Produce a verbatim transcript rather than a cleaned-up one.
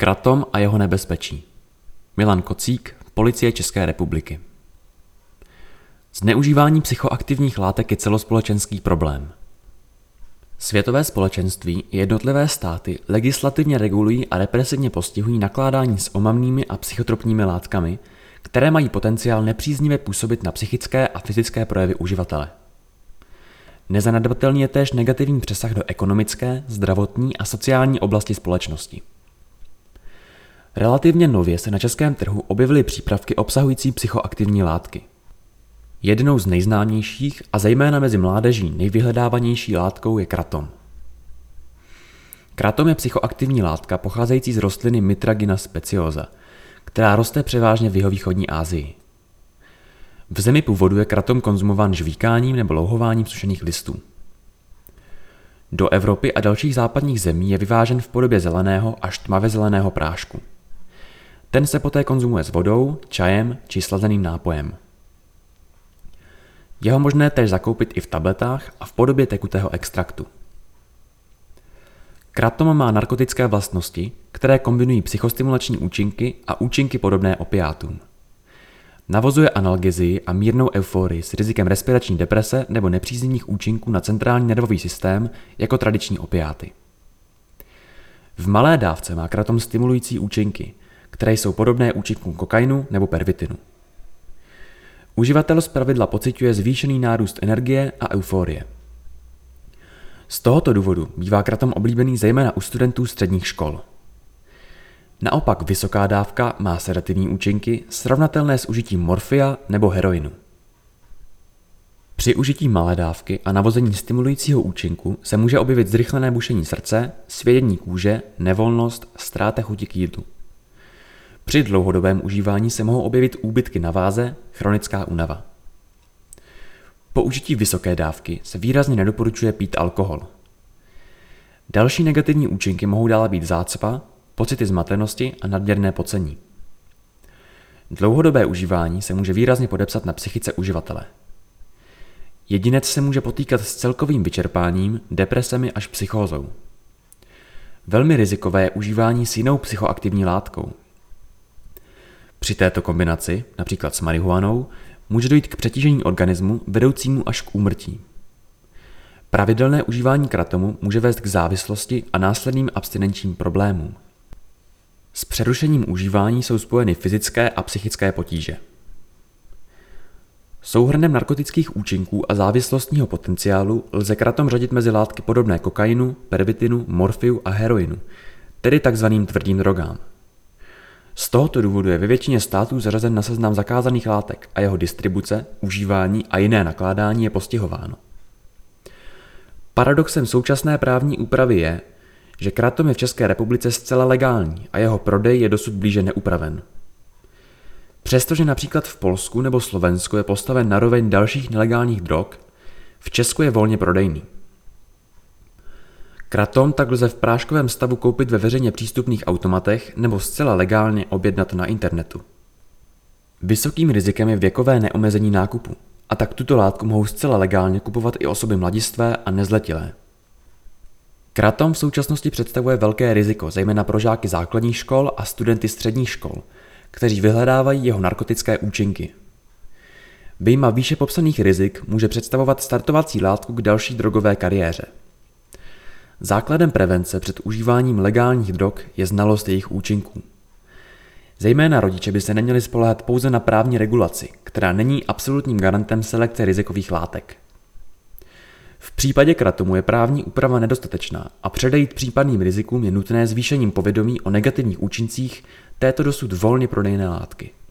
Kratom a jeho nebezpečí. Milan Kocík, Policie České republiky. Zneužívání psychoaktivních látek je celospolečenský problém. Světové společenství i jednotlivé státy legislativně regulují a represivně postihují nakládání s omamnými a psychotropními látkami, které mají potenciál nepříznivě působit na psychické a fyzické projevy uživatele. Nezanedbatelný je též negativní přesah do ekonomické, zdravotní a sociální oblasti společnosti. Relativně nově se na českém trhu objevily přípravky obsahující psychoaktivní látky. Jednou z nejznámějších a zejména mezi mládeží nejvyhledávanější látkou je kratom. Kratom je psychoaktivní látka pocházející z rostliny Mitragina speciosa, která roste převážně v jihovýchodní Asii. V zemi původu je kratom konzumován žvíkáním nebo louhováním sušených listů. Do Evropy a dalších západních zemí je vyvážen v podobě zeleného až tmavě zeleného prášku. Ten se poté konzumuje s vodou, čajem či slazeným nápojem. Je ho možné též zakoupit i v tabletách a v podobě tekutého extraktu. Kratom má narkotické vlastnosti, které kombinují psychostimulační účinky a účinky podobné opiátům. Navozuje analgezii a mírnou euforii s rizikem respirační deprese nebo nepříznivých účinků na centrální nervový systém jako tradiční opiáty. V malé dávce má kratom stimulující účinky, které jsou podobné účinkům kokainu nebo pervitinu. Uživatel zpravidla pociťuje zvýšený nárůst energie a euforie. Z tohoto důvodu bývá kratom oblíbený zejména u studentů středních škol. Naopak vysoká dávka má sedativní účinky srovnatelné s užitím morfia nebo heroinu. Při užití malé dávky a navození stimulujícího účinku se může objevit zrychlené bušení srdce, svědění kůže, nevolnost, ztráta chuti k jídlu. Při dlouhodobém užívání se mohou objevit úbytky na váze, chronická únava. Po užití vysoké dávky se výrazně nedoporučuje pít alkohol. Další negativní účinky mohou dále být zácpa, pocity zmatenosti a nadměrné pocení. Dlouhodobé užívání se může výrazně podepsat na psychice uživatele. Jedinec se může potýkat s celkovým vyčerpáním, depresemi až psychózou. Velmi rizikové je užívání s jinou psychoaktivní látkou. Při této kombinaci, například s marihuanou, může dojít k přetížení organismu vedoucímu až k úmrtí. Pravidelné užívání kratomu může vést k závislosti a následným abstinenčním problémům. S přerušením užívání jsou spojeny fyzické a psychické potíže. Souhrnem narkotických účinků a závislostního potenciálu lze kratom řadit mezi látky podobné kokainu, pervitinu, morfiu a heroinu, tedy takzvaným tvrdým drogám. Z tohoto důvodu je ve většině států zařazen na seznam zakázaných látek a jeho distribuce, užívání a jiné nakládání je postihováno. Paradoxem současné právní úpravy je, že kratom je v České republice zcela legální a jeho prodej je dosud blíže neupraven. Přestože například v Polsku nebo Slovensku je postaven na roveň dalších nelegálních drog, v Česku je volně prodejný. Kratom tak lze v práškovém stavu koupit ve veřejně přístupných automatech nebo zcela legálně objednat na internetu. Vysokým rizikem je věkové neomezení nákupu, a tak tuto látku mohou zcela legálně kupovat i osoby mladistvé a nezletilé. Kratom v současnosti představuje velké riziko, zejména pro žáky základních škol a studenty středních škol, kteří vyhledávají jeho narkotické účinky. Vyjma výše popsaných rizik může představovat startovací látku k další drogové kariéře. Základem prevence před užíváním legálních drog je znalost jejich účinků. Zejména rodiče by se neměli spoléhat pouze na právní regulaci, která není absolutním garantem selekce rizikových látek. V případě kratomu je právní úprava nedostatečná a předejít případným rizikům je nutné zvýšením povědomí o negativních účincích této dosud volně prodejné látky.